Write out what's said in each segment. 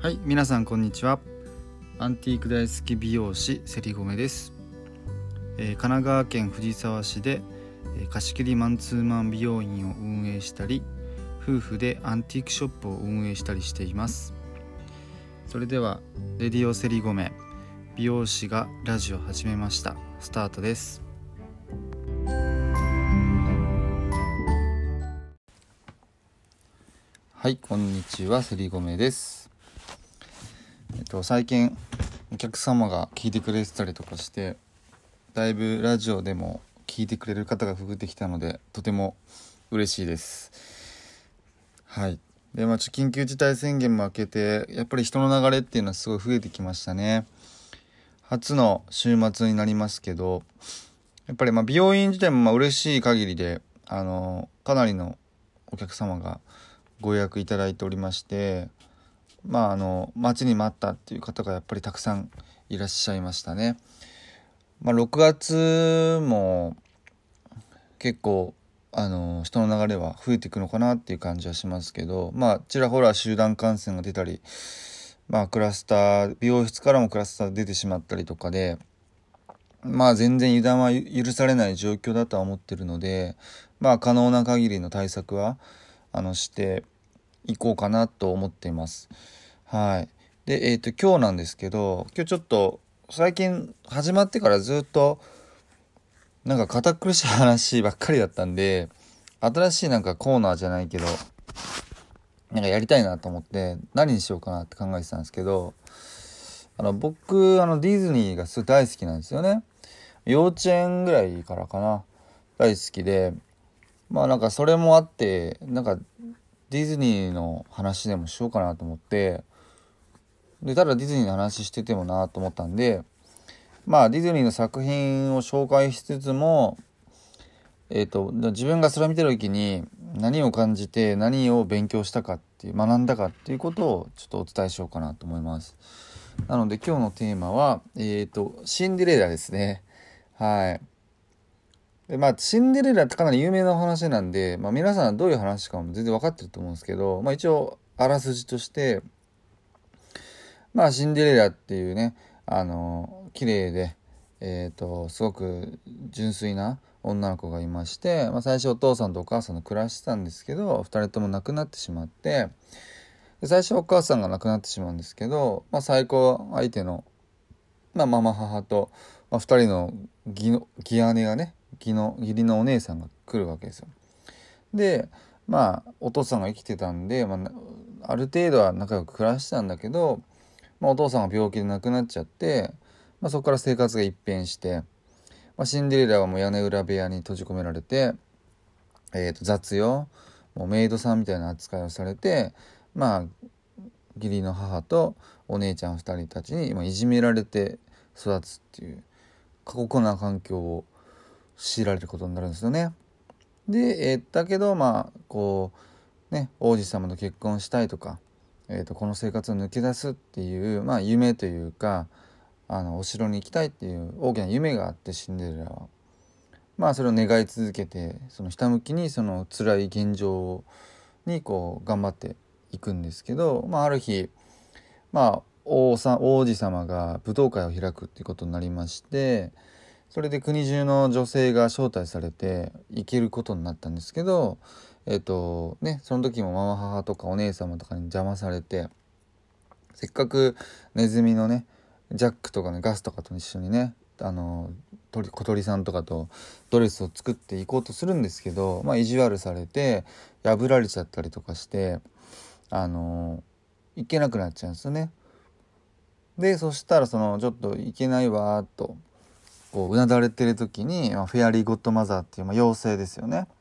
はい、皆さんこんにちは。アンティーク大好き美容師せりごめです。神奈川県藤沢市で、貸し切りマンツーマン美容院を運営したり、夫婦でアンティークショップを運営したりしています。それではレディオせりごめ美容師がラジオ始めました。スタートです。はい、こんにちは、せりごめです。最近お客様が聞いてくれてたりとかして、だいぶラジオでも聞いてくれる方が増えてきたので、とても嬉しいです。はい。で、緊急事態宣言も明けて、やっぱり人の流れっていうのはすごい増えてきましたね。初の週末になりますけど、やっぱり美容院自体も嬉しい限りで、かなりのお客様がご予約いただいておりまして、待ちに待ったっていう方がやっぱりたくさんいらっしゃいましたね。6月も結構人の流れは増えていくのかなっていう感じはしますけど、ちらほら集団感染が出たり、クラスター、美容室からもクラスター出てしまったりとかで、全然油断は許されない状況だとは思ってるので、可能な限りの対策はしていこうかなと思っています。はい。で、今日なんですけど、今日ちょっと最近始まってからずっと堅苦しい話ばっかりだったんで、新しいコーナーじゃないけど、やりたいなと思って何にしようかなって考えてたんですけど、僕ディズニーがすごい大好きなんですよね。幼稚園ぐらいからかな、大好きで、それもあってディズニーの話でもしようかなと思って、でただディズニーの話しててもなと思ったんで、ディズニーの作品を紹介しつつも、自分がそれを見てる時に何を感じて何を勉強したかっていう、学んだかっていうことをちょっとお伝えしようかなと思います。なので今日のテーマはシンデレラですね。はい。でシンデレラってかなり有名なお話なんで、皆さんどういう話かも全然分かってると思うんですけど、一応あらすじとしてシンデレラっていうね、綺麗で、すごく純粋な女の子がいまして、最初お父さんとお母さんと暮らしてたんですけど、2人とも亡くなってしまって、で最初お母さんが亡くなってしまうんですけど、最高相手の、ママ母と、2人の義姉がね、義理のお姉さんが来るわけですよ。でお父さんが生きてたんで、ある程度は仲良く暮らしてたんだけど、お父さんが病気で亡くなっちゃって、そこから生活が一変して、シンデレラはもう屋根裏部屋に閉じ込められて、雑用、もうメイドさんみたいな扱いをされて、義理の母とお姉ちゃん2人たちにいじめられて育つっていう過酷な環境を強いられることになるんですよね。で、だけど王子様と結婚したいとか、この生活を抜け出すっていう、夢というか、お城に行きたいっていう大きな夢があって、シンデレラはそれを願い続けて、そのひたむきにその辛い現状に頑張っていくんですけど、ある日王子様が舞踏会を開くっていうことになりまして、それで国中の女性が招待されて行けることになったんですけど、その時もママ母とかお姉様とかに邪魔されて、せっかくネズミのねジャックとかねガスとかと一緒にね小鳥さんとかとドレスを作っていこうとするんですけど、意地悪されて破られちゃったりとかして、行けなくなっちゃうんですよね。でそしたらちょっと行けないわとうなだれてる時に、フェアリーゴッドマザーっていう、妖精ですよね。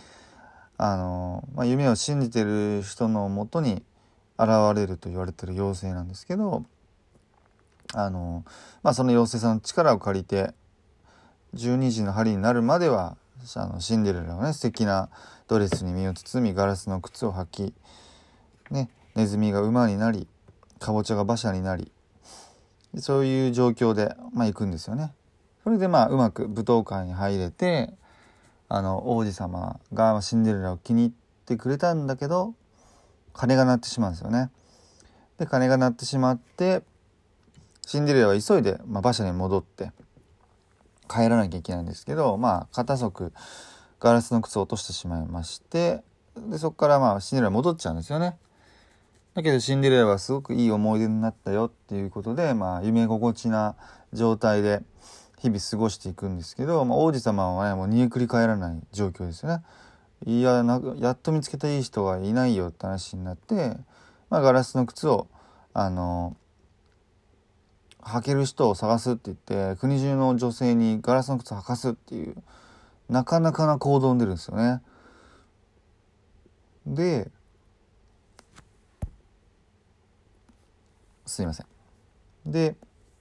夢を信じてる人のもとに現れると言われてる妖精なんですけど、その妖精さんの力を借りて12時の針になるまではシンデレラはね素敵なドレスに身を包み、ガラスの靴を履き、ネズミが馬になり、かぼちゃが馬車になり、そういう状況で行くんですよね。それでうまく舞踏会に入れて、王子様がシンデレラを気に入ってくれたんだけど、鐘が鳴ってしまうんですよね。 で鐘が鳴ってしまって、シンデレラは急いで、馬車に戻って帰らなきゃいけないんですけど、片足ガラスの靴を落としてしまいまして、でそこからシンデレラ戻っちゃうんですよね。だけどシンデレラはすごくいい思い出になったよっていうことで、夢心地な状態で日々過ごしていくんですけど、王子様はね、もう煮えくり返らない状況ですよね。やっと見つけたいい人がいないよって話になって、ガラスの靴を履ける人を探すって言って、国中の女性にガラスの靴を履かすっていうなかなかな行動に出るんですよね。ですいません。で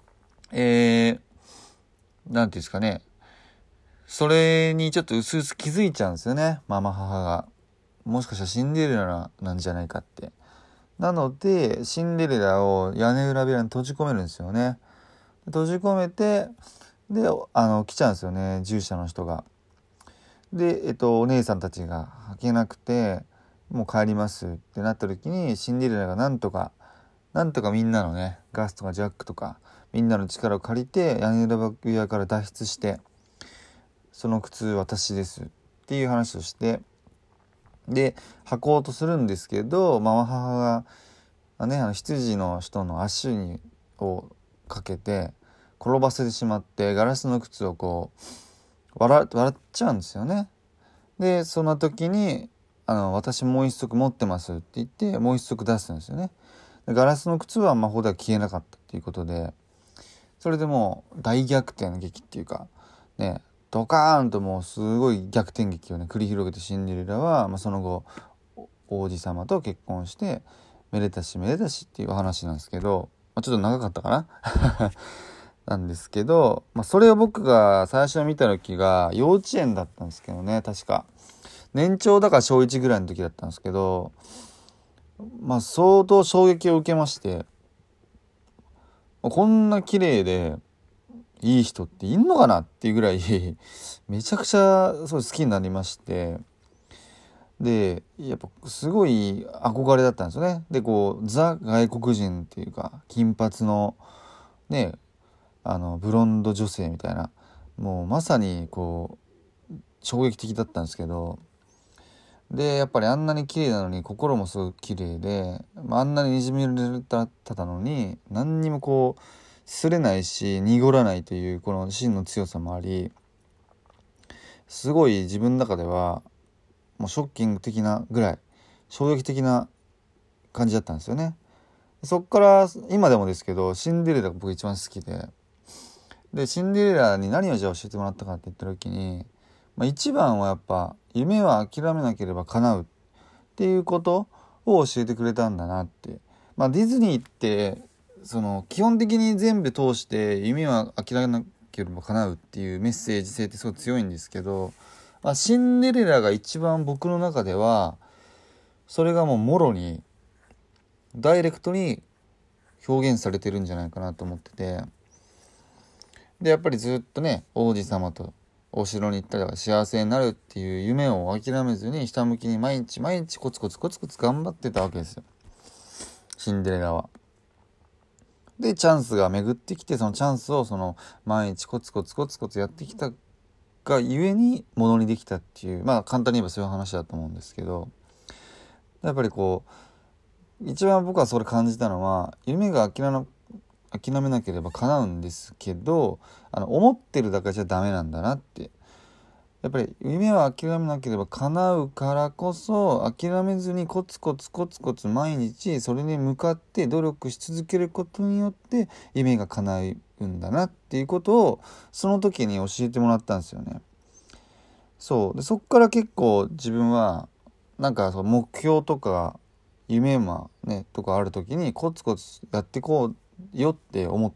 なんていうんですかね、それにちょっと薄々気づいちゃうんですよね、ママ母が。もしかしたらシンデレラなんじゃないかって。なのでシンデレラを屋根裏部屋に閉じ込めるんですよね。閉じ込めて、で来ちゃうんですよね、従者の人が。でお姉さんたちが履けなくてもう帰りますってなった時に、シンデレラがなんとかみんなのね、ガスとかジャックとかみんなの力を借りて屋根裏部屋から脱出して、その靴私ですっていう話をして、で履こうとするんですけど、ママ母がね、羊の人の足をかけて転ばせてしまって、ガラスの靴をこう笑っちゃうんですよね。でその時に私もう一足持ってますって言ってもう一足出すんですよね。ガラスの靴は魔法では消えなかったっていうことで、それでもう大逆転劇っていうかね、ドカーンともうすごい逆転劇をね繰り広げて、シンデレラは、その後王子様と結婚してめでたしめでたしっていう話なんですけど、ちょっと長かったかななんですけど、それを僕が最初見た時が幼稚園だったんですけどね、確か年長だから小1ぐらいの時だったんですけど、相当衝撃を受けまして、こんな綺麗でいい人っていんのかなっていうぐらいめちゃくちゃ好きになりまして、でやっぱすごい憧れだったんですよね。でザ外国人っていうか金髪のね、ブロンド女性みたいな、もうまさに衝撃的だったんですけど、でやっぱりあんなに綺麗なのに心もすごく綺麗で、あんなににじみ出たのに何にも擦れないし濁らないというこの芯の強さもあり、すごい自分の中ではもうショッキング的なぐらい衝撃的な感じだったんですよね。そっから今でもですけど、シンデレラが僕一番好きで、シンデレラに何をじゃあ教えてもらったかって言った時に、一番はやっぱ夢は諦めなければ叶うっていうことを教えてくれたんだなって。ディズニーって基本的に全部通して夢は諦めなければ叶うっていうメッセージ性ってすごい強いんですけど、シンデレラが一番僕の中ではそれがもうもろにダイレクトに表現されてるんじゃないかなと思ってて、でやっぱりずっとね、王子様とお城に行ったら幸せになるっていう夢を諦めずに、ひたむきに毎日毎日コツコツコツコツ頑張ってたわけですよ、シンデレラは。でチャンスが巡ってきて、そのチャンスを毎日コツコツコツコツやってきたがゆえにものにできたっていう、簡単に言えばそういう話だと思うんですけど、やっぱり一番僕はそれ感じたのは、夢が諦めなければ叶うんですけど、思ってるだけじゃダメなんだなって。やっぱり夢は諦めなければ叶うからこそ、諦めずにコツコツコツコツ毎日それに向かって努力し続けることによって夢が叶うんだなっていうことをその時に教えてもらったんですよね。でそっから結構自分は目標とか夢もねとかある時にコツコツやっていこうよって思って、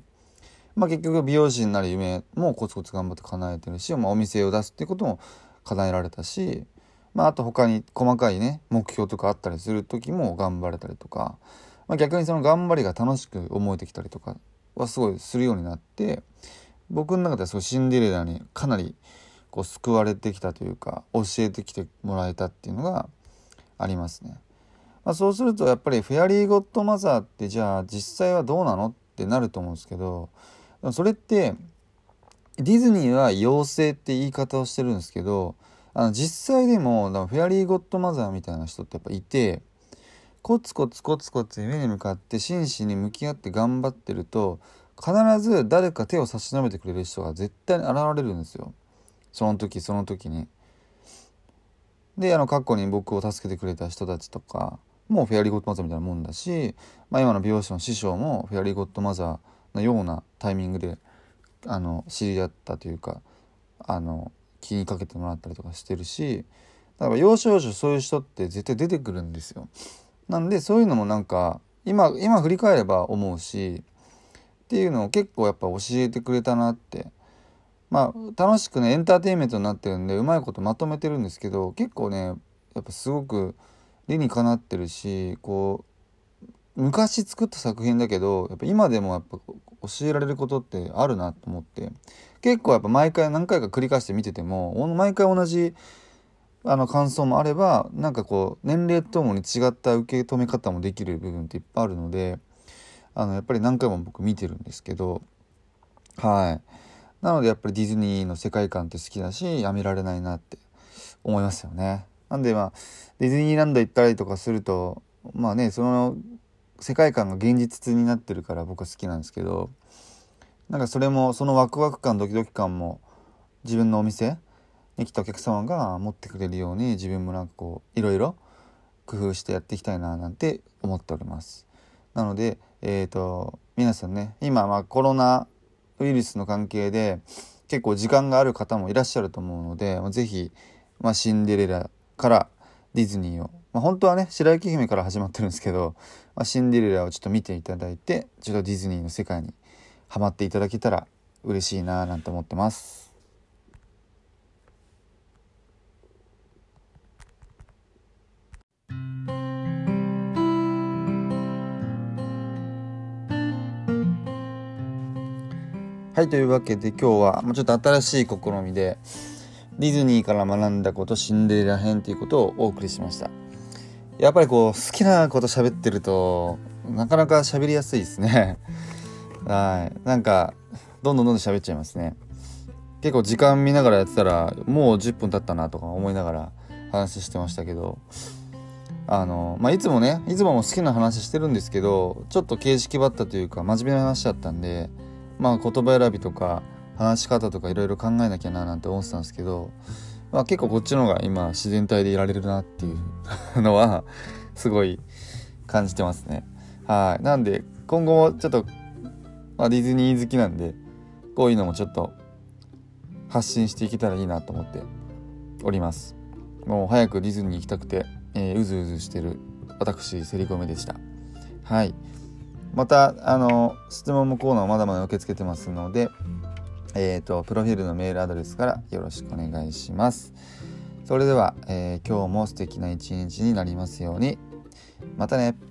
結局美容師になる夢もコツコツ頑張って叶えてるし、お店を出すっていうことも叶えられたし、あと他に細かいね目標とかあったりする時も頑張れたりとか、逆にその頑張りが楽しく思えてきたりとかはすごいするようになって、僕の中ではそうシンデレラにかなり救われてきたというか、教えてきてもらえたっていうのがありますね。 そうするとやっぱりフェアリーゴッドマザーってじゃあ実際はどうなのってなると思うんですけど、それってディズニーは妖精って言い方をしてるんですけど、実際でもフェアリーゴッドマザーみたいな人ってやっぱいて、コツコツコツコツ夢に向かって真摯に向き合って頑張ってると、必ず誰か手を差し伸べてくれる人が絶対に現れるんですよ、その時その時に。で過去に僕を助けてくれた人たちとかもうフェアリーゴッドマザーみたいなもんだし、今の美容師の師匠もフェアリーゴッドマザーのようなタイミングで知り合ったというか気にかけてもらったりとかしてるし、だから要所要所そういう人って絶対出てくるんですよ。なんでそういうのもなんか今振り返れば思うしっていうのを結構やっぱ教えてくれたなって。楽しくねエンターテインメントになってるんでうまいことまとめてるんですけど、結構ねやっぱすごく理にかなってるし、こう昔作った作品だけどやっぱ今でもやっぱ教えられることってあるなと思って、結構やっぱ毎回何回か繰り返して見てても毎回同じ感想もあれば、なんかこう年齢ともに違った受け止め方もできる部分っていっぱいあるので、やっぱり何回も僕見てるんですけど、なのでやっぱりディズニーの世界観って好きだしやめられないなって思いますよね。なんでディズニーランド行ったりとかするとその世界観が現実になってるから僕は好きなんですけど、なんかそれもそのワクワク感ドキドキ感も自分のお店に来たお客様が持ってくれるように自分もなんかこういろいろ工夫してやっていきたいななんて思っております。なので皆さんね今コロナウイルスの関係で結構時間がある方もいらっしゃると思うので、ぜひ、シンデレラからディズニーを、本当はね白雪姫から始まってるんですけど、シンデレラをちょっと見ていただいてちょっとディズニーの世界にハマっていただけたら嬉しいななんて思ってます。はい、というわけで今日はちょっと新しい試みでディズニーから学んだことシンデレラ編ということをお送りしました。やっぱりこう好きなこと喋ってるとなかなか喋りやすいですねなんかどんどん喋っちゃいますね。結構時間見ながらやってたらもう10分経ったなとか思いながら話してましたけど、いつもも好きな話してるんですけど、ちょっと形式ばったというか真面目な話だったんで、言葉選びとか話し方とかいろいろ考えなきゃななんて思ってたんですけど、結構こっちの方が今自然体でいられるなっていうのはすごい感じてますね。なんで今後もちょっと、ディズニー好きなんでこういうのもちょっと発信していけたらいいなと思っております。もう早くディズニー行きたくて、うずうずしてる私セリコメでした。また質問もコーナーをまだまだ受け付けてますので、プロフィールのメールアドレスからよろしくお願いします。それでは、今日も素敵な一日になりますように。またね。